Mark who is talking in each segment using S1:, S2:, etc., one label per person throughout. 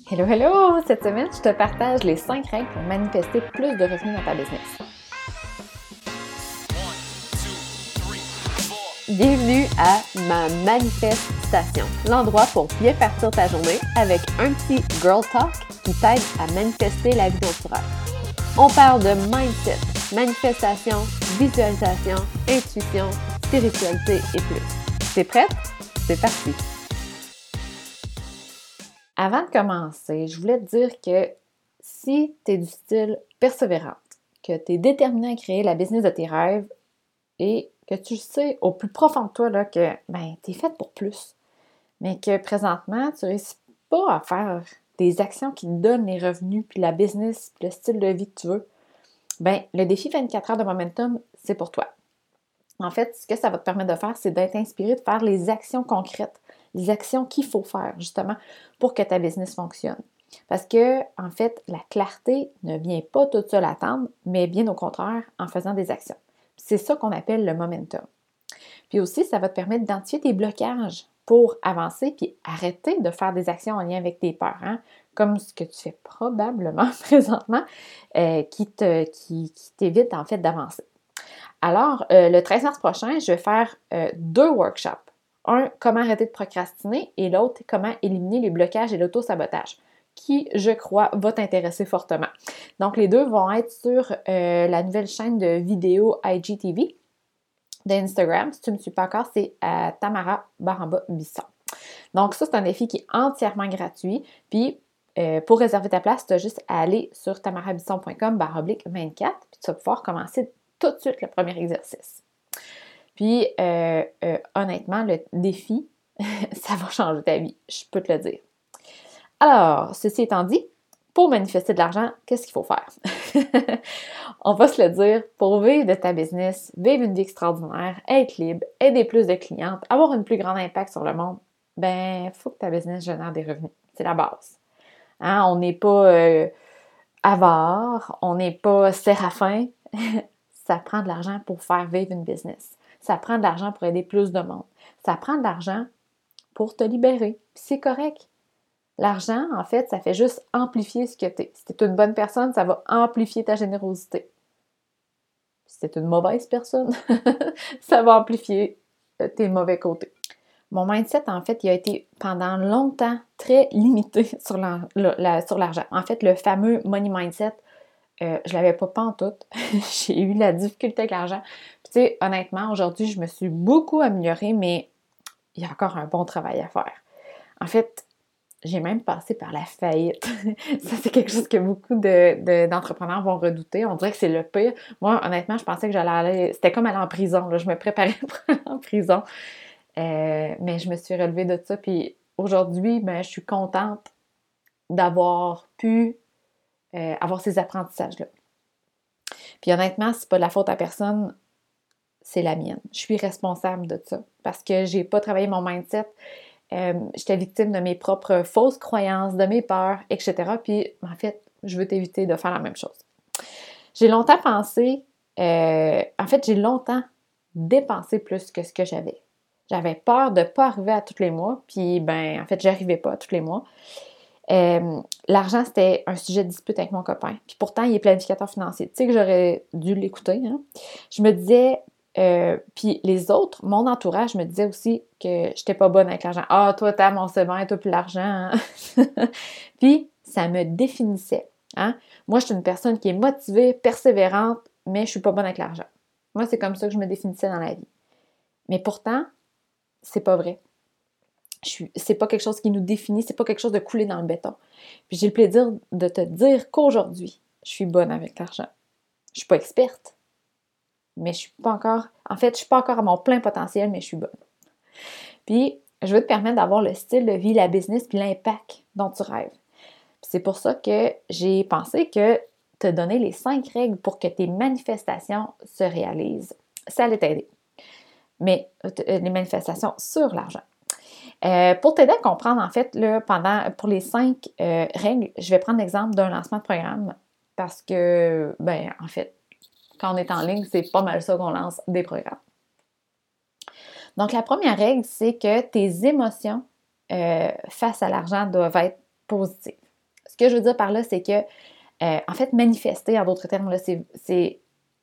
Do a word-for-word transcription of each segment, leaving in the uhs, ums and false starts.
S1: Hello, hello! Cette semaine, je te partage les cinq règles pour manifester plus de revenus dans ta business. Bienvenue à ma manifestation, l'endroit pour bien partir ta journée avec un petit girl talk qui t'aide à manifester la vie dont tu rêves. On parle de mindset, manifestation, visualisation, intuition, spiritualité et plus. T'es prête? C'est parti! Avant de commencer, je voulais te dire que si tu es du style persévérante, que tu es déterminée à créer la business de tes rêves et que tu sais au plus profond de toi là, que ben, tu es faite pour plus, mais que présentement, tu ne réussis pas à faire des actions qui te donnent les revenus, puis la business, puis le style de vie que tu veux, ben, le défi vingt-quatre heures de momentum, c'est pour toi. En fait, ce que ça va te permettre de faire, c'est d'être inspiré de faire les actions concrètes, les actions qu'il faut faire, justement, pour que ta business fonctionne. Parce que, en fait, la clarté ne vient pas toute seule attendre, mais bien au contraire, en faisant des actions. C'est ça qu'on appelle le momentum. Puis aussi, ça va te permettre d'identifier tes blocages pour avancer puis arrêter de faire des actions en lien avec tes peurs, hein? Comme ce que tu fais probablement présentement, euh, qui, te, qui, qui t'évite en fait d'avancer. Alors, euh, le treize mars prochain, je vais faire euh, deux workshops. Un, comment arrêter de procrastiner et l'autre, comment éliminer les blocages et l'auto-sabotage, qui, je crois, va t'intéresser fortement. Donc, les deux vont être sur euh, la nouvelle chaîne de vidéo I G T V d'Instagram. Si tu ne me suis pas encore, c'est à Tamara Baramba-Bisson. Donc, ça, c'est un défi qui est entièrement gratuit. Puis, euh, pour réserver ta place, tu as juste à aller sur tamarabisson point com barre oblique vingt-quatre, puis tu vas pouvoir commencer tout de suite le premier exercice. Puis, euh, euh, honnêtement, le défi, ça va changer ta vie, je peux te le dire. Alors, ceci étant dit, pour manifester de l'argent, qu'est-ce qu'il faut faire? On va se le dire, pour vivre de ta business, vivre une vie extraordinaire, être libre, aider plus de clientes, avoir un plus grand impact sur le monde, ben, il faut que ta business génère des revenus. C'est la base. Hein? On n'est pas euh, avare, on n'est pas séraphin. Ça prend de l'argent pour faire vivre une business. Ça prend de l'argent pour aider plus de monde. Ça prend de l'argent pour te libérer. Puis c'est correct. L'argent, en fait, ça fait juste amplifier ce que tu es. Si tu es une bonne personne, ça va amplifier ta générosité. Si tu es une mauvaise personne, ça va amplifier tes mauvais côtés. Mon mindset, en fait, il a été pendant longtemps très limité sur, la, la, sur l'argent. En fait, le fameux money mindset, Euh, je l'avais pas pantoute. J'ai eu la difficulté avec l'argent. Puis tu sais, honnêtement, aujourd'hui, je me suis beaucoup améliorée, mais il y a encore un bon travail à faire. En fait, j'ai même passé par la faillite. Ça, c'est quelque chose que beaucoup de, de, d'entrepreneurs vont redouter. On dirait que c'est le pire. Moi, honnêtement, je pensais que j'allais aller... C'était comme aller en prison, là. Je me préparais pour aller en prison. Euh, mais je me suis relevée de ça. Puis aujourd'hui, ben, je suis contente d'avoir pu euh, avoir ces apprentissages-là. Puis honnêtement, c'est pas de la faute à personne, c'est la mienne. Je suis responsable de ça parce que j'ai pas travaillé mon mindset. Euh, j'étais victime de mes propres fausses croyances, de mes peurs, et cetera. Puis en fait, je veux t'éviter de faire la même chose. J'ai longtemps pensé, euh, en fait, j'ai longtemps dépensé plus que ce que j'avais. J'avais peur de pas arriver à tous les mois, puis ben, en fait, j'arrivais pas à tous les mois. Euh, l'argent, c'était un sujet de dispute avec mon copain. Puis pourtant, il est planificateur financier. Tu sais que j'aurais dû l'écouter. Hein? Je me disais, euh, puis les autres, mon entourage me disait aussi que j'étais pas bonne avec l'argent. Ah, toi, t'as mon sévère, toi, puis l'argent. Hein? Puis, ça me définissait. Hein? Moi, je suis une personne qui est motivée, persévérante, mais je suis pas bonne avec l'argent. Moi, c'est comme ça que je me définissais dans la vie. Mais pourtant, c'est pas vrai. Je suis, c'est pas quelque chose qui nous définit, c'est pas quelque chose de coulé dans le béton. Puis j'ai le plaisir de te dire qu'aujourd'hui, je suis bonne avec l'argent. Je suis pas experte, mais je suis pas encore... En fait, je suis pas encore à mon plein potentiel, mais je suis bonne. Puis, je veux te permettre d'avoir le style de vie, la business, puis l'impact dont tu rêves. Puis c'est pour ça que j'ai pensé que te donner les cinq règles pour que tes manifestations se réalisent, ça allait t'aider. Mais les manifestations sur l'argent. Euh, pour t'aider à comprendre, en fait, là, pendant, pour les cinq euh, règles, je vais prendre l'exemple d'un lancement de programme parce que, ben, en fait, quand on est en ligne, c'est pas mal ça qu'on lance des programmes. Donc, la première règle, c'est que tes émotions euh, face à l'argent doivent être positives. Ce que je veux dire par là, c'est que, euh, en fait, manifester, en d'autres termes, là, c'est, c'est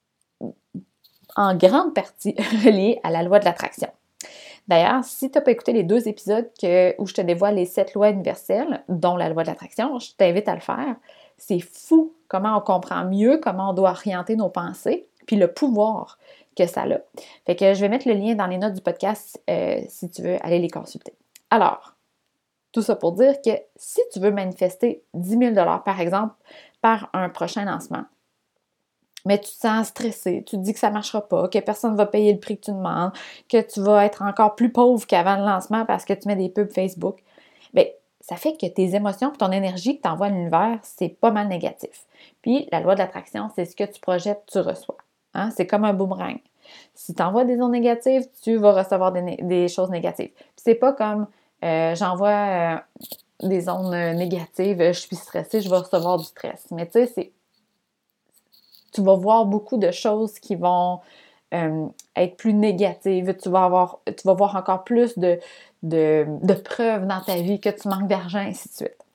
S1: en grande partie relié à la loi de l'attraction. D'ailleurs, si tu n'as pas écouté les deux épisodes que, où je te dévoile les sept lois universelles, dont la loi de l'attraction, je t'invite à le faire. C'est fou comment on comprend mieux comment on doit orienter nos pensées, puis le pouvoir que ça a. Fait que je vais mettre le lien dans les notes du podcast euh, si tu veux aller les consulter. Alors, tout ça pour dire que si tu veux manifester dix mille dollars par exemple, par un prochain lancement, mais tu te sens stressé, tu te dis que ça ne marchera pas, que personne ne va payer le prix que tu demandes, que tu vas être encore plus pauvre qu'avant le lancement parce que tu mets des pubs Facebook, bien, ça fait que tes émotions et ton énergie que tu envoies à l'univers, c'est pas mal négatif. Puis, la loi de l'attraction, c'est ce que tu projettes, tu reçois. Hein? C'est comme un boomerang. Si tu envoies des ondes négatives, tu vas recevoir des, né- des choses négatives. Puis, c'est pas comme euh, j'envoie euh, des ondes négatives, je suis stressée, je vais recevoir du stress. Mais tu sais, c'est tu vas voir beaucoup de choses qui vont euh, être plus négatives. Tu vas avoir, tu vas voir encore plus de, de, de preuves dans ta vie que tu manques d'argent, ainsi de suite.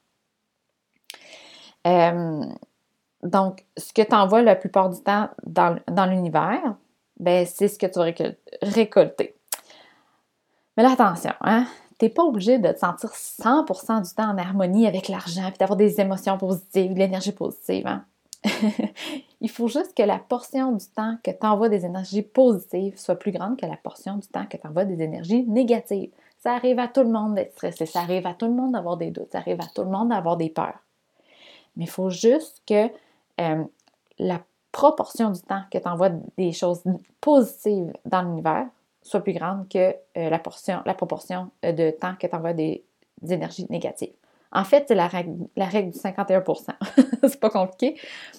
S1: Euh, donc, ce que tu envoies la plupart du temps dans, dans l'univers, ben, c'est ce que tu vas récolter. Mais là, attention, hein? Tu n'es pas obligé de te sentir cent pour cent du temps en harmonie avec l'argent et d'avoir des émotions positives, de l'énergie positive. Hein? Il faut juste que la portion du temps que tu envoies des énergies positives soit plus grande que la portion du temps que tu envoies des énergies négatives. Ça arrive à tout le monde d'être stressé, ça arrive à tout le monde d'avoir des doutes, ça arrive à tout le monde d'avoir des peurs. Mais il faut juste que euh, la proportion du temps que tu envoies des choses positives dans l'univers soit plus grande que euh, la, portion, la proportion de temps que tu envoies des, des énergies négatives. En fait, c'est la règle, la règle du cinquante et un pour cent. C'est pas compliqué.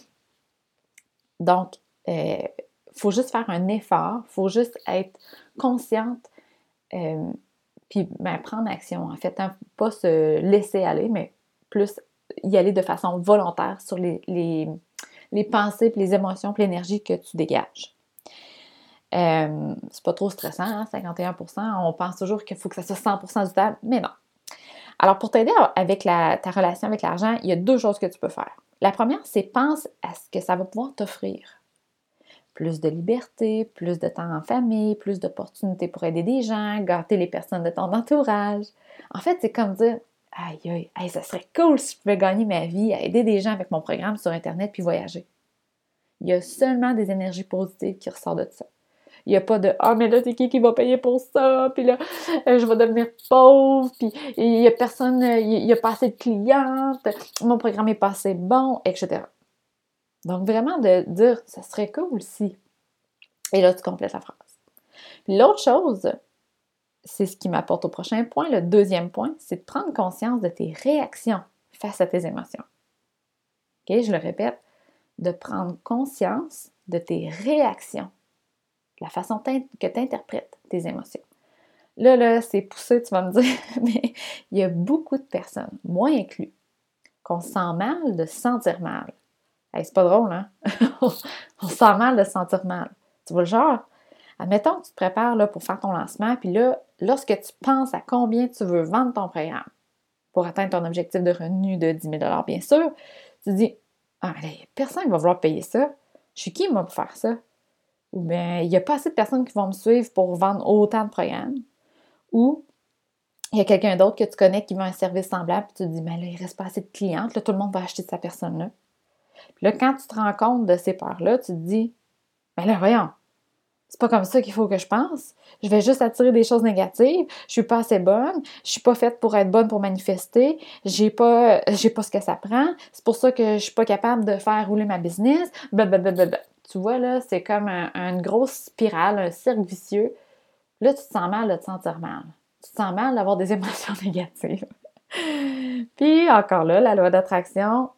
S1: Donc, il euh, faut juste faire un effort, il faut juste être consciente, euh, puis ben, prendre action, en fait. Hein, pas se laisser aller, mais plus y aller de façon volontaire sur les, les, les pensées, puis les émotions, puis l'énergie que tu dégages. Euh, c'est pas trop stressant, hein, cinquante et un pour cent. On pense toujours qu'il faut que ça soit cent pour cent du temps, mais non. Alors, pour t'aider avec la, ta relation avec l'argent, il y a deux choses que tu peux faire. La première, c'est pense à ce que ça va pouvoir t'offrir. Plus de liberté, plus de temps en famille, plus d'opportunités pour aider des gens, gâter les personnes de ton entourage. En fait, c'est comme dire « Aïe, aïe, aïe, ça serait cool si je pouvais gagner ma vie à aider des gens avec mon programme sur Internet puis voyager. » Il y a seulement des énergies positives qui ressortent de ça. Il n'y a pas de « Ah, mais là, c'est qui qui va payer pour ça? Puis là, je vais devenir pauvre, puis il n'y a personne, il n'y a pas assez de clientes, mon programme n'est pas assez bon, et cetera » Donc, vraiment de dire « ça serait cool si… » Et là, tu complètes la phrase. Puis l'autre chose, c'est ce qui m'apporte au prochain point, le deuxième point, c'est de prendre conscience de tes réactions face à tes émotions. OK, je le répète, de prendre conscience de tes réactions, la façon que tu interprètes tes émotions. Là, là, c'est poussé, tu vas me dire, mais il y a beaucoup de personnes, moi inclus, qu'on se sent mal de se sentir mal. Hey, c'est pas drôle, hein? On se sent mal de se sentir mal. Tu vois le genre? Admettons que tu te prépares là, pour faire ton lancement, puis là, lorsque tu penses à combien tu veux vendre ton programme pour atteindre ton objectif de revenu de dix mille dollars, bien sûr, tu te dis « Ah, mais personne ne va vouloir payer ça. Je suis qui, moi, pour faire ça? » Ou bien, il n'y a pas assez de personnes qui vont me suivre pour vendre autant de programmes. Ou il y a quelqu'un d'autre que tu connais qui veut un service semblable, puis tu te dis « Mais là, il ne reste pas assez de clientes, là, tout le monde va acheter de sa personne-là. » Puis là, quand tu te rends compte de ces peurs-là, tu te dis « Mais là, voyons, c'est pas comme ça qu'il faut que je pense. Je vais juste attirer des choses négatives. Je suis pas assez bonne. Je suis pas faite pour être bonne pour manifester. J'ai pas, j'ai pas ce que ça prend. C'est pour ça que je suis pas capable de faire rouler ma business. Blablabla. Tu vois, là, c'est comme un, une grosse spirale, un cercle vicieux. Là, tu te sens mal de te sentir mal. Tu te sens mal d'avoir des émotions négatives. Puis, encore là, la loi d'attraction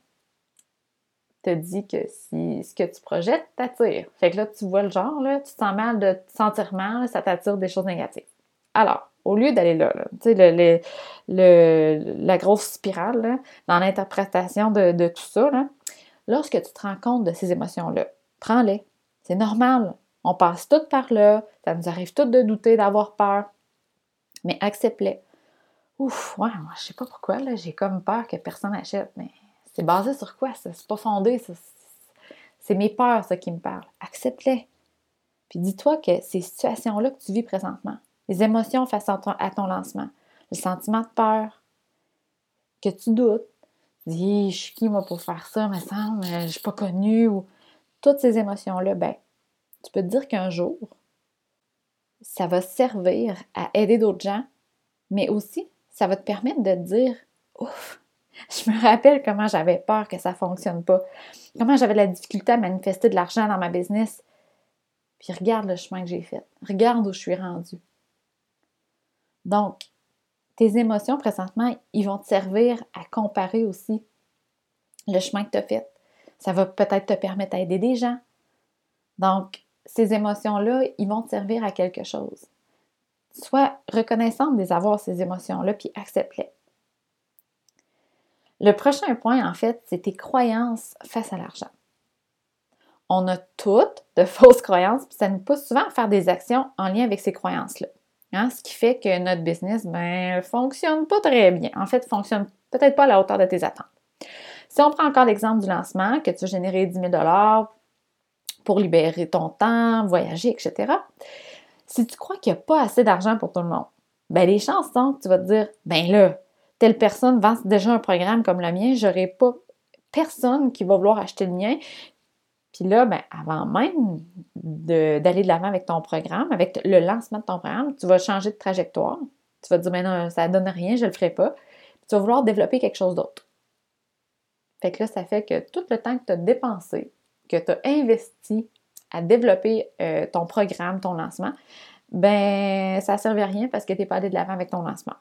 S1: te dit que si ce que tu projettes t'attire. Fait que là, tu vois le genre, là, tu te sens mal de te sentir mal, ça t'attire des choses négatives. Alors, au lieu d'aller là, là tu sais, le, le, le, la grosse spirale, là, dans l'interprétation de, de tout ça, là, lorsque tu te rends compte de ces émotions-là, prends-les. C'est normal. On passe toutes par là. Ça nous arrive toutes de douter, d'avoir peur. Mais accepte-les. Ouf, ouais, moi, je sais pas pourquoi, là, j'ai comme peur que personne achète, mais C'est basé sur quoi, ça? C'est pas fondé, ça. C'est mes peurs, ça, qui me parlent. Accepte-les. Puis dis-toi que ces situations-là que tu vis présentement, les émotions face à ton, à ton lancement, le sentiment de peur, que tu doutes, tu dis, je suis qui, moi, pour faire ça, me semble, je suis pas connue, ou toutes ces émotions-là, ben, tu peux te dire qu'un jour, ça va servir à aider d'autres gens, mais aussi, ça va te permettre de te dire, ouf, je me rappelle comment j'avais peur que ça ne fonctionne pas, comment j'avais de la difficulté à manifester de l'argent dans ma business. Puis regarde le chemin que j'ai fait, regarde où je suis rendue. Donc, tes émotions présentement, ils vont te servir à comparer aussi le chemin que tu as fait. Ça va peut-être te permettre d'aider des gens. Donc, ces émotions-là, ils vont te servir à quelque chose. Sois reconnaissante de les avoir, ces émotions-là, puis accepte-les. Le prochain point, en fait, c'est tes croyances face à l'argent. On a toutes de fausses croyances, puis ça nous pousse souvent à faire des actions en lien avec ces croyances-là. Hein? Ce qui fait que notre business ne ben, fonctionne pas très bien. En fait, fonctionne peut-être pas à la hauteur de tes attentes. Si on prend encore l'exemple du lancement, que tu veux générer dix mille dollars pour libérer ton temps, voyager, et cetera. Si tu crois qu'il n'y a pas assez d'argent pour tout le monde, ben les chances sont que tu vas te dire, ben là, telle personne vend déjà un programme comme le mien, j'aurai pas personne qui va vouloir acheter le mien. Puis là, ben, avant même de, d'aller de l'avant avec ton programme, avec le lancement de ton programme, tu vas changer de trajectoire. Tu vas te dire, ben non, ça ne donne rien, je ne le ferai pas. Puis tu vas vouloir développer quelque chose d'autre. Fait que là, ça fait que tout le temps que tu as dépensé, que tu as investi à développer euh, ton programme, ton lancement, ben ça ne servait à rien parce que tu n'es pas allé de l'avant avec ton lancement.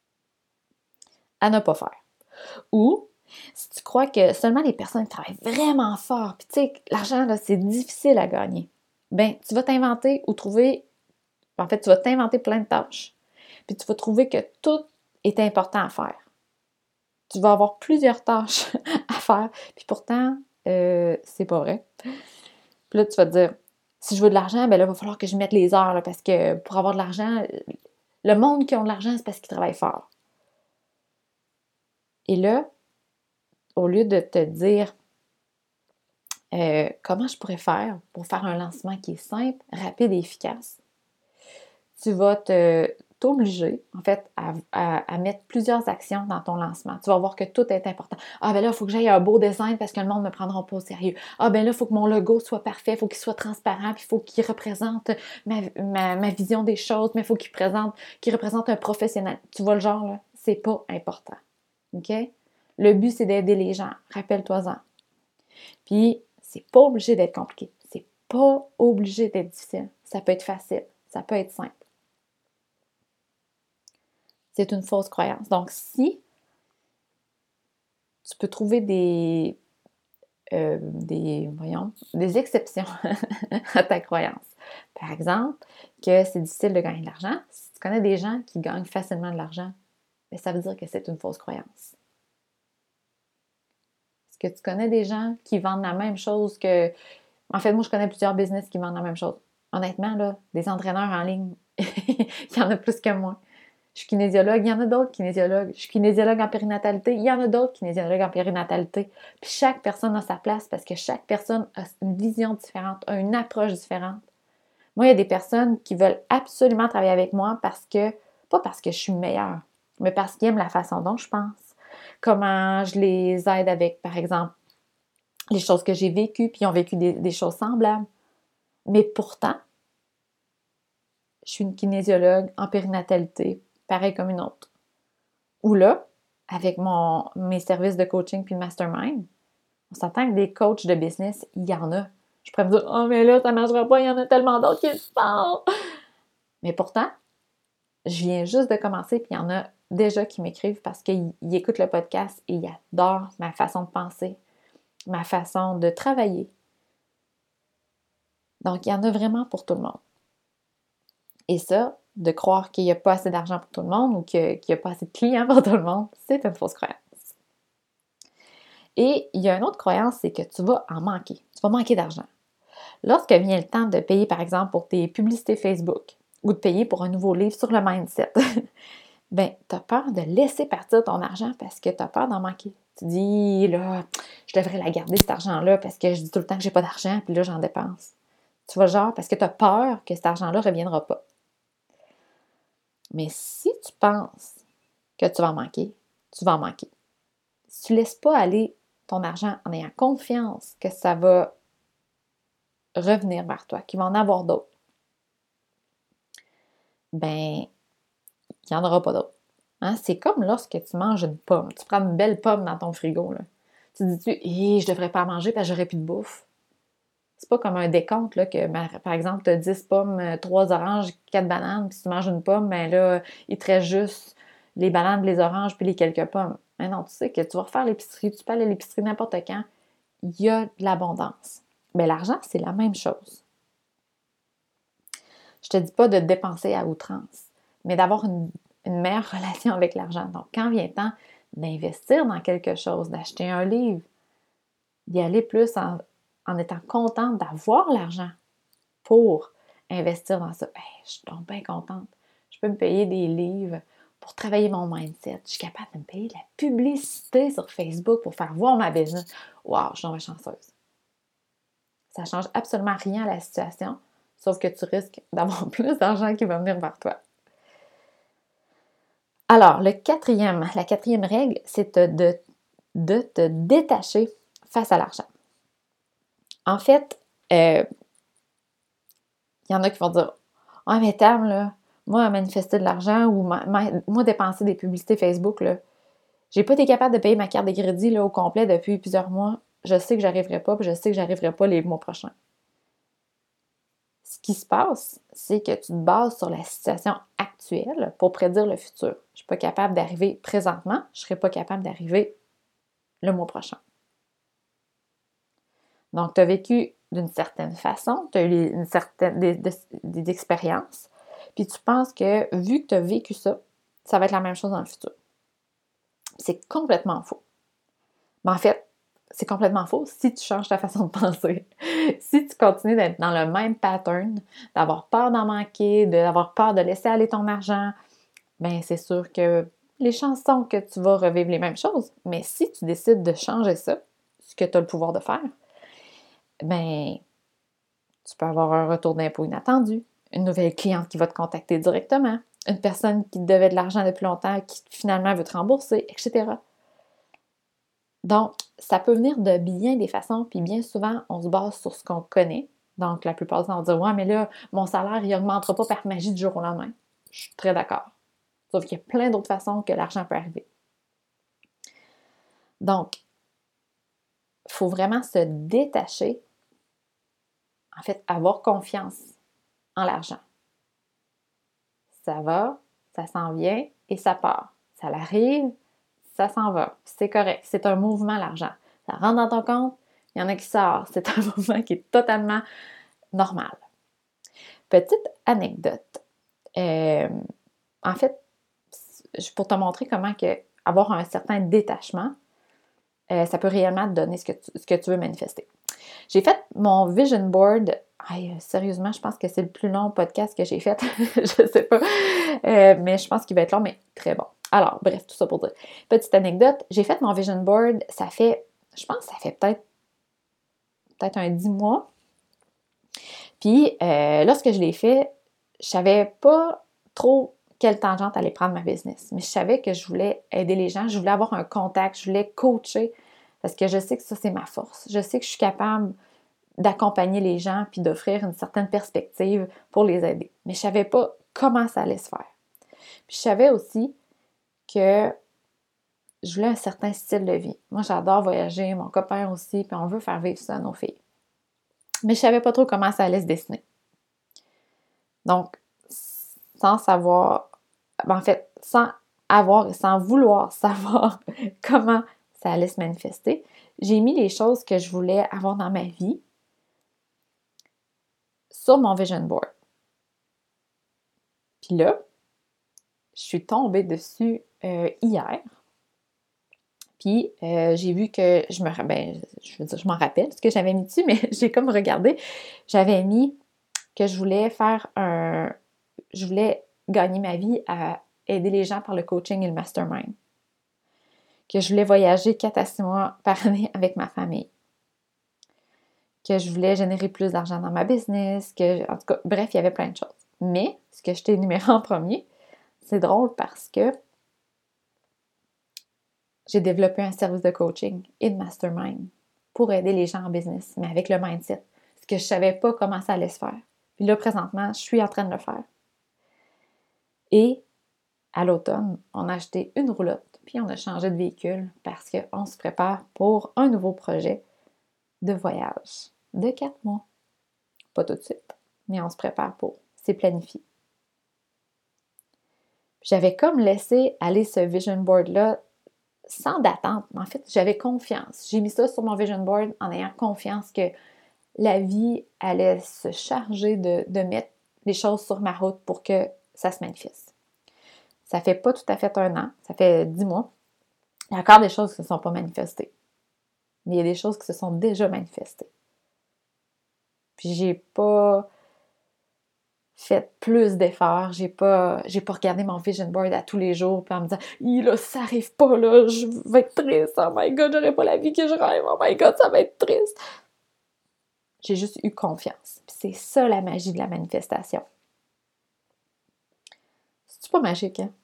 S1: À ne pas faire. Ou, si tu crois que seulement les personnes qui travaillent vraiment fort, puis tu sais, l'argent, là, c'est difficile à gagner, ben tu vas t'inventer ou trouver, en fait, tu vas t'inventer plein de tâches, puis tu vas trouver que tout est important à faire. Tu vas avoir plusieurs tâches à faire, puis pourtant, euh, c'est pas vrai. Puis là, tu vas te dire, si je veux de l'argent, ben là, il va falloir que je mette les heures, là, parce que pour avoir de l'argent, le monde qui a de l'argent, c'est parce qu'ils travaillent fort. Et là, au lieu de te dire euh, comment je pourrais faire pour faire un lancement qui est simple, rapide et efficace, tu vas te, t'obliger, en fait, à, à, à mettre plusieurs actions dans ton lancement. Tu vas voir que tout est important. Ah, ben là, il faut que j'aille un beau design parce que le monde ne me prendra pas au sérieux. Ah, ben là, il faut que mon logo soit parfait, il faut qu'il soit transparent, puis il faut qu'il représente ma, ma, ma vision des choses, mais il faut qu'il présente, qu'il représente un professionnel. Tu vois le genre, là? C'est pas important. OK? Le but, c'est d'aider les gens. Rappelle-toi-en. Puis, c'est pas obligé d'être compliqué. C'est pas obligé d'être difficile. Ça peut être facile. Ça peut être simple. C'est une fausse croyance. Donc, si tu peux trouver des, euh, des, voyons, des exceptions à ta croyance. Par exemple, que c'est difficile de gagner de l'argent. Si tu connais des gens qui gagnent facilement de l'argent, bien, ça veut dire que c'est une fausse croyance. Est-ce que tu connais des gens qui vendent la même chose que... En fait, moi, je connais plusieurs business qui vendent la même chose. Honnêtement, là, des entraîneurs en ligne, il y en a plus que moi. Je suis kinésiologue, il y en a d'autres kinésiologues. Je suis kinésiologue en périnatalité, il y en a d'autres kinésiologues en périnatalité. Puis chaque personne a sa place parce que chaque personne a une vision différente, a une approche différente. Moi, il y a des personnes qui veulent absolument travailler avec moi parce que, pas parce que je suis meilleure, mais parce qu'ils aiment la façon dont je pense. Comment je les aide avec, par exemple, les choses que j'ai vécues, puis ils ont vécu des, des choses semblables. Mais pourtant, je suis une kinésiologue en périnatalité, pareil comme une autre. Ou là, avec mon, mes services de coaching puis de mastermind, on s'entend que des coachs de business, il y en a. Je pourrais me dire, oh, mais là, ça ne marchera pas, il y en a tellement d'autres qui le font. Mais pourtant, je viens juste de commencer, puis il y en a déjà qui m'écrivent parce qu'ils écoutent le podcast et ils adorent ma façon de penser, ma façon de travailler. Donc, il y en a vraiment pour tout le monde. Et ça, de croire qu'il n'y a pas assez d'argent pour tout le monde ou que, qu'il n'y a pas assez de clients pour tout le monde, c'est une fausse croyance. Et il y a une autre croyance, c'est que tu vas en manquer. Tu vas manquer d'argent. Lorsque vient le temps de payer, par exemple, pour tes publicités Facebook ou de payer pour un nouveau livre sur le mindset, bien, tu as peur de laisser partir ton argent parce que tu as peur d'en manquer. Tu dis, là, je devrais la garder, cet argent-là, parce que je dis tout le temps que j'ai pas d'argent, puis là, j'en dépense. Tu vois, genre, parce que tu as peur que cet argent-là ne reviendra pas. Mais si tu penses que tu vas en manquer, tu vas en manquer. Si tu ne laisses pas aller ton argent en ayant confiance que ça va revenir vers toi, qu'il va en avoir d'autres, ben, il n'y en aura pas d'autres. Hein? C'est comme lorsque tu manges une pomme. Tu prends une belle pomme dans ton frigo, là. Tu dis-tu, hé, je devrais pas en manger parce que j'aurais plus de bouffe. C'est pas comme un décompte, là, que, par exemple, tu as dix pommes, trois oranges, quatre bananes, puis si tu manges une pomme, ben là, il te reste juste les bananes, les oranges, puis les quelques pommes. Mais non, tu sais que tu vas refaire l'épicerie, tu peux aller à l'épicerie n'importe quand, il y a de l'abondance. Mais l'argent, c'est la même chose. Je te dis pas de dépenser à outrance, mais d'avoir une, une meilleure relation avec l'argent. Donc, quand vient le temps d'investir dans quelque chose, d'acheter un livre, d'y aller plus en, en étant contente d'avoir l'argent pour investir dans ça. Hey, je suis donc bien contente. Je peux me payer des livres pour travailler mon mindset. Je suis capable de me payer de la publicité sur Facebook pour faire voir ma business. Wow, je suis donc bien chanceuse. Ça ne change absolument rien à la situation, sauf que tu risques d'avoir plus d'argent qui va venir vers toi. Alors, le quatrième, la quatrième règle, c'est de, de te détacher face à l'argent. En fait, euh, il y en a qui vont dire « Ah, mais Tam, là, moi, manifester de l'argent ou ma, ma, moi, dépenser des publicités Facebook, là, j'ai pas été capable de payer ma carte de crédit là, au complet depuis plusieurs mois. Je sais que j'arriverai pas, puis je sais que j'arriverai pas les mois prochains. » Ce qui se passe, c'est que tu te bases sur la situation actuelle pour prédire le futur. Je suis pas capable d'arriver présentement, je serai pas capable d'arriver le mois prochain. Donc, tu as vécu d'une certaine façon, tu as eu une certaine, des, des, des expériences, puis tu penses que vu que tu as vécu ça, ça va être la même chose dans le futur. C'est complètement faux. Mais en fait, c'est complètement faux si tu changes ta façon de penser. Si tu continues d'être dans le même pattern, d'avoir peur d'en manquer, d'avoir peur de laisser aller ton argent, bien, c'est sûr que les chances sont que tu vas revivre les mêmes choses. Mais si tu décides de changer ça, ce que tu as le pouvoir de faire, bien, tu peux avoir un retour d'impôt inattendu, une nouvelle cliente qui va te contacter directement, une personne qui te devait de l'argent depuis longtemps qui finalement veut te rembourser, et cetera. Donc, ça peut venir de bien des façons, puis bien souvent, on se base sur ce qu'on connaît. Donc, la plupart du temps, on va dire « Ouais, mais là, mon salaire, il n'augmentera pas par magie du jour au lendemain. » Je suis très d'accord. Sauf qu'il y a plein d'autres façons que l'argent peut arriver. Donc, il faut vraiment se détacher, en fait, avoir confiance en l'argent. Ça va, ça s'en vient et ça part. Ça l'arrive, ça s'en va. C'est correct. C'est un mouvement, l'argent. Ça rentre dans ton compte, il y en a qui sortent. C'est un mouvement qui est totalement normal. Petite anecdote. Euh, en fait, pour te montrer comment que avoir un certain détachement, euh, ça peut réellement te donner ce que tu, ce que tu veux manifester. J'ai fait mon vision board. Aïe, sérieusement, je pense que c'est le plus long podcast que j'ai fait. Je sais pas. Euh, mais je pense qu'il va être long, mais très bon. Alors, bref, tout ça pour dire. Petite anecdote, j'ai fait mon vision board, ça fait, je pense que ça fait peut-être peut-être un dix mois. Puis, euh, lorsque je l'ai fait, je savais pas trop quelle tangente allait prendre ma business. Mais je savais que je voulais aider les gens, je voulais avoir un contact, je voulais coacher, parce que je sais que ça, c'est ma force. Je sais que je suis capable d'accompagner les gens puis d'offrir une certaine perspective pour les aider. Mais je savais pas comment ça allait se faire. Puis je savais aussi que je voulais un certain style de vie. Moi, j'adore voyager, mon copain aussi, puis on veut faire vivre ça à nos filles. Mais je savais pas trop comment ça allait se dessiner. Donc, sans savoir, en fait, sans avoir et sans vouloir savoir comment ça allait se manifester, j'ai mis les choses que je voulais avoir dans ma vie sur mon vision board. Puis là, je suis tombée dessus euh, hier. Puis euh, j'ai vu que je me ben, je veux dire, je m'en rappelle ce que j'avais mis dessus, mais j'ai comme regardé. J'avais mis que je voulais faire un. Je voulais gagner ma vie à aider les gens par le coaching et le mastermind. que je voulais voyager quatre à six mois par année avec ma famille, que je voulais générer plus d'argent dans ma business, que, en tout cas, bref, il y avait plein de choses. Mais, ce que je t'ai énuméré en premier, c'est drôle parce que j'ai développé un service de coaching et de mastermind pour aider les gens en business, mais avec le mindset. Parce que je ne savais pas comment ça allait se faire. Puis là, présentement, je suis en train de le faire. Et à l'automne, on a acheté une roulotte, puis on a changé de véhicule parce qu'on se prépare pour un nouveau projet de voyage de quatre mois. Pas tout de suite, mais on se prépare pour. C'est planifié. J'avais comme laissé aller ce vision board-là sans d'attente. En fait, j'avais confiance. J'ai mis ça sur mon vision board en ayant confiance que la vie allait se charger de, de mettre les choses sur ma route pour que ça se manifeste. Ça fait pas tout à fait un an, ça fait dix mois. Il y a encore des choses qui ne se sont pas manifestées. Mais il y a des choses qui se sont déjà manifestées. Puis j'ai pas fait plus d'efforts, j'ai pas, j'ai pas regardé mon vision board à tous les jours puis en me disant « là, ça arrive pas, là, je vais être triste, oh my god, j'aurai pas la vie que je rêve, oh my god, ça va être triste. » J'ai juste eu confiance. Puis c'est ça la magie de la manifestation. C'est pas magique, hein?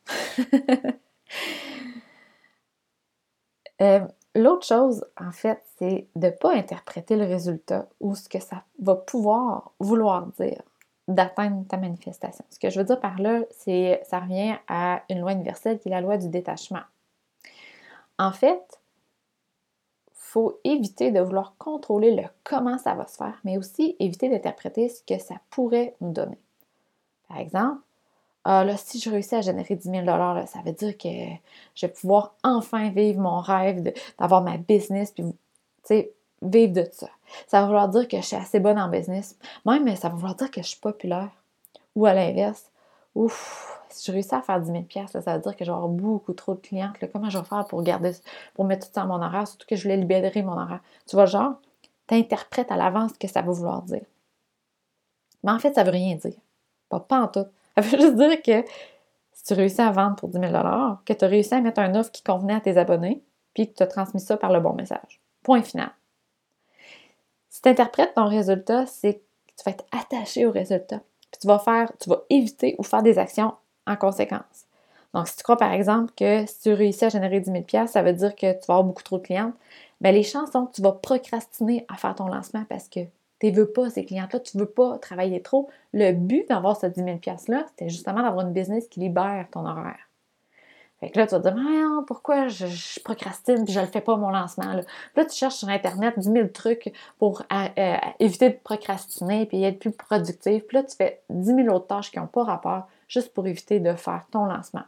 S1: euh, L'autre chose, en fait, c'est de ne pas interpréter le résultat ou ce que ça va pouvoir vouloir dire d'atteindre ta manifestation. Ce que je veux dire par là, c'est ça revient à une loi universelle qui est la loi du détachement. En fait, il faut éviter de vouloir contrôler le comment ça va se faire, mais aussi éviter d'interpréter ce que ça pourrait nous donner. Par exemple, ah là, si je réussis à générer dix mille dollars, là, ça veut dire que je vais pouvoir enfin vivre mon rêve de, d'avoir ma business, puis, tu sais, vivre de ça. Ça va vouloir dire que je suis assez bonne en business. Même, ça va vouloir dire que je suis populaire. Ou à l'inverse, ouf, si je réussis à faire dix mille dollars, là, ça veut dire que je vais avoir beaucoup trop de clientes. Là. Comment je vais faire pour garder, pour mettre tout ça dans mon horaire, surtout que je voulais libérer mon horaire. Tu vois, genre, tu interprètes à l'avance ce que ça va vouloir dire. Mais en fait, ça veut rien dire. Pas, pas en tout. Ça veut juste dire que si tu réussis à vendre pour dix mille dollars, que tu as réussi à mettre un offre qui convenait à tes abonnés, puis que tu as transmis ça par le bon message. Point final. Si tu interprètes ton résultat, c'est que tu vas être attaché au résultat. Puis tu vas faire, tu vas éviter ou faire des actions en conséquence. Donc, si tu crois par exemple que si tu réussis à générer dix mille dollars, ça veut dire que tu vas avoir beaucoup trop de clientes, bien les chances sont que tu vas procrastiner à faire ton lancement parce que tu ne veux pas ces clientes-là, tu ne veux pas travailler trop. Le but d'avoir ce dix mille dollars-là, c'était justement d'avoir une business qui libère ton horaire. Fait que là, tu vas te dire, ah, pourquoi je, je procrastine et je ne le fais pas mon lancement? Là, puis là tu cherches sur Internet dix mille trucs pour euh, euh, éviter de procrastiner et être plus productif. Puis là, tu fais dix mille autres tâches qui n'ont pas rapport juste pour éviter de faire ton lancement.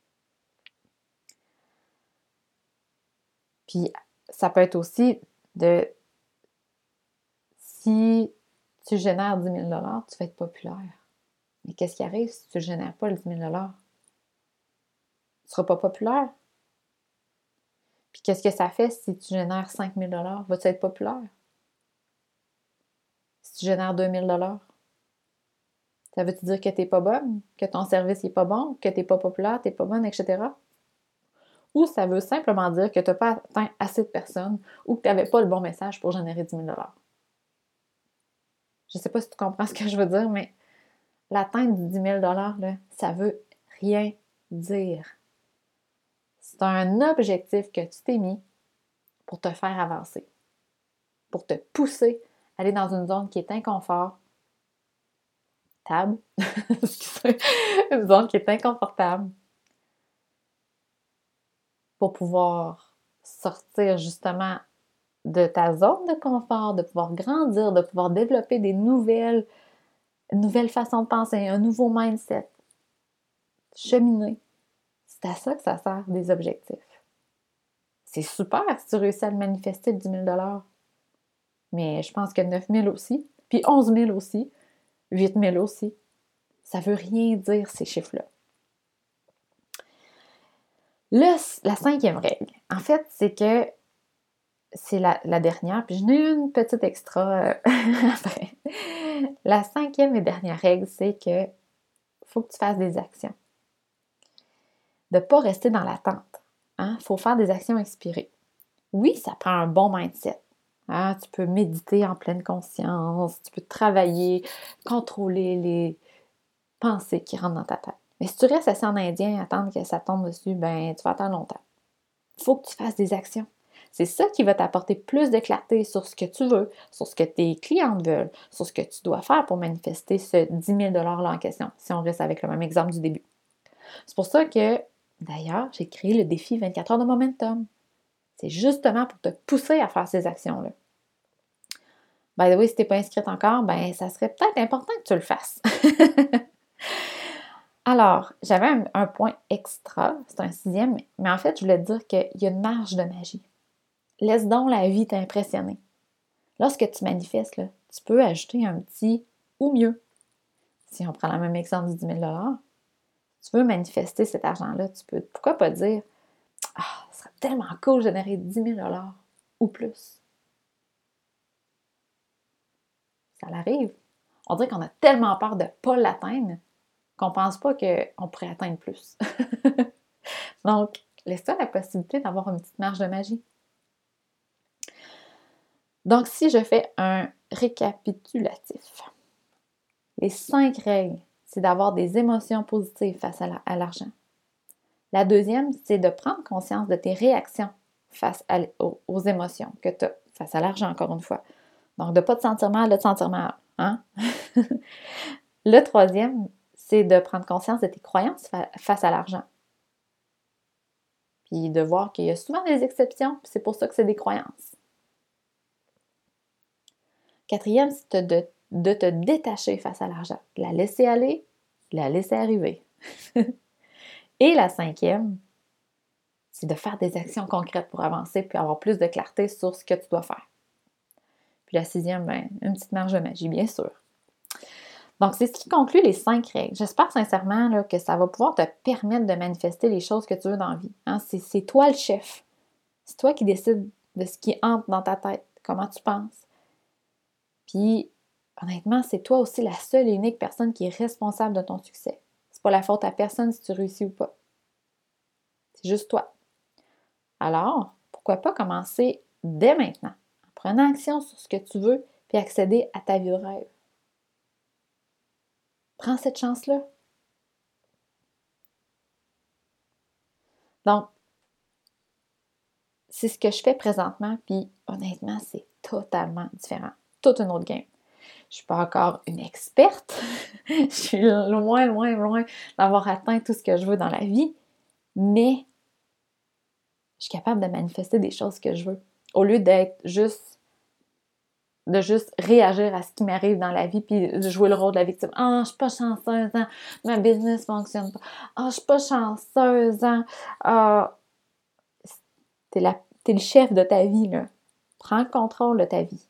S1: Puis ça peut être aussi de si tu génères dix mille dollars, tu vas être populaire. Mais qu'est-ce qui arrive si tu ne génères pas le dix mille dollars? Tu ne seras pas populaire. Puis qu'est-ce que ça fait si tu génères cinq mille dollars? Vas-tu être populaire? Si tu génères deux mille dollars? Ça veut-tu dire que tu n'es pas bonne? Que ton service n'est pas bon? Que tu n'es pas populaire? Tu n'es pas bonne, et cetera? Ou ça veut simplement dire que tu n'as pas atteint assez de personnes ou que tu n'avais pas le bon message pour générer dix mille dollars. Je ne sais pas si tu comprends ce que je veux dire, mais l'atteinte du dix mille dollars, là, ça veut rien dire. C'est un objectif que tu t'es mis pour te faire avancer, pour te pousser à aller dans une zone qui est inconfortable, une zone qui est inconfortable, pour pouvoir sortir justement de ta zone de confort, de pouvoir grandir, de pouvoir développer des nouvelles, une nouvelle façon de penser, un nouveau mindset, cheminer. C'est à ça que ça sert, des objectifs. C'est super si tu réussis à le manifester, le dix mille dollars. Mais je pense que neuf mille aussi, puis onze mille aussi, huit mille aussi. Ça ne veut rien dire, ces chiffres-là. Le, la cinquième règle, en fait, c'est que c'est la, la dernière, puis j'en ai une petite extra euh, après. La cinquième et dernière règle, c'est que faut que tu fasses des actions. De ne pas rester dans l'attente. hein, faut faire des actions inspirées. Oui, ça prend un bon mindset. Hein, tu peux méditer en pleine conscience, tu peux travailler, contrôler les pensées qui rentrent dans ta tête. Mais si tu restes assis en indien et attendre que ça tombe dessus, ben tu vas attendre longtemps. Il faut que tu fasses des actions. C'est ça qui va t'apporter plus de clarté sur ce que tu veux, sur ce que tes clientes veulent, sur ce que tu dois faire pour manifester ce dix mille dollars-là en question, si on reste avec le même exemple du début. C'est pour ça que, d'ailleurs, j'ai créé le défi vingt-quatre heures de momentum. C'est justement pour te pousser à faire ces actions-là. By the way, si tu n'es pas inscrite encore, ben ça serait peut-être important que tu le fasses. Alors, j'avais un, un point extra, c'est un sixième, mais en fait, je voulais te dire qu'il y a une marge de magie. Laisse donc la vie t'impressionner. Lorsque tu manifestes, là, tu peux ajouter un petit « ou mieux ». Si on prend le même exemple du dix mille dollars, tu veux manifester cet argent-là, tu peux, pourquoi pas dire « Ah, ce serait tellement cool de générer dix mille dollars ou plus ». Ça l'arrive. On dirait qu'on a tellement peur de ne pas l'atteindre qu'on ne pense pas qu'on pourrait atteindre plus. Donc, laisse-toi la possibilité d'avoir une petite marge de magie. Donc, si je fais un récapitulatif, les cinq règles, c'est d'avoir des émotions positives face à, la, à l'argent. La deuxième, c'est de prendre conscience de tes réactions face à, aux, aux émotions que tu as face à l'argent, encore une fois. Donc, de ne pas te sentir mal, de te sentir mal. Hein? Le troisième, c'est de prendre conscience de tes croyances fa- face à l'argent. Puis de voir qu'il y a souvent des exceptions, puis c'est pour ça que c'est des croyances. Quatrième, c'est de, de te détacher face à l'argent. De la laisser aller, de la laisser arriver. Et la cinquième, c'est de faire des actions concrètes pour avancer puis avoir plus de clarté sur ce que tu dois faire. Puis la sixième, ben, une petite marge de magie, bien sûr. Donc, c'est ce qui conclut les cinq règles. J'espère sincèrement là, que ça va pouvoir te permettre de manifester les choses que tu veux dans la vie. Hein? C'est, c'est toi le chef. C'est toi qui décides de ce qui entre dans ta tête, comment tu penses. Puis, honnêtement, c'est toi aussi la seule et unique personne qui est responsable de ton succès. C'est pas la faute à personne si tu réussis ou pas. C'est juste toi. Alors, pourquoi pas commencer dès maintenant, en prenant action sur ce que tu veux, puis accéder à ta vie de rêve. Prends cette chance-là. Donc, c'est ce que je fais présentement, puis honnêtement, c'est totalement différent. Toute une autre game. Je ne suis pas encore une experte. Je suis loin, loin, loin d'avoir atteint tout ce que je veux dans la vie, mais je suis capable de manifester des choses que je veux. Au lieu d'être juste, de juste réagir à ce qui m'arrive dans la vie, puis de jouer le rôle de la victime. « Ah, oh, je suis pas chanceuse, hein? Ma business fonctionne pas. Ah, oh, je suis pas chanceuse, hein? Oh. » T'es, la, t'es le chef de ta vie, là. Prends le contrôle de ta vie.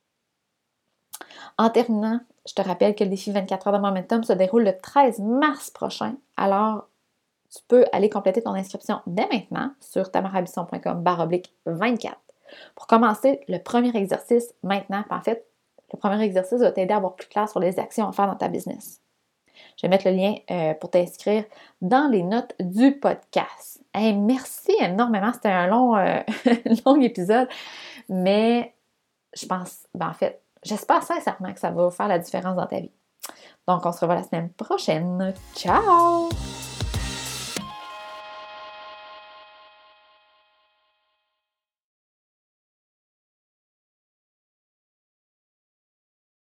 S1: En terminant, je te rappelle que le défi vingt-quatre heures de momentum se déroule le treize mars prochain. Alors, tu peux aller compléter ton inscription dès maintenant sur tamarabisson.com barre oblique vingt-quatre. Pour commencer, le premier exercice maintenant, en fait, le premier exercice va t'aider à avoir plus clair sur les actions à faire dans ta business. Je vais mettre le lien euh, pour t'inscrire dans les notes du podcast. Hey, merci énormément. C'était un long, euh, long épisode, mais je pense, ben en fait, j'espère sincèrement que ça va faire la différence dans ta vie. Donc, on se revoit la semaine prochaine. Ciao!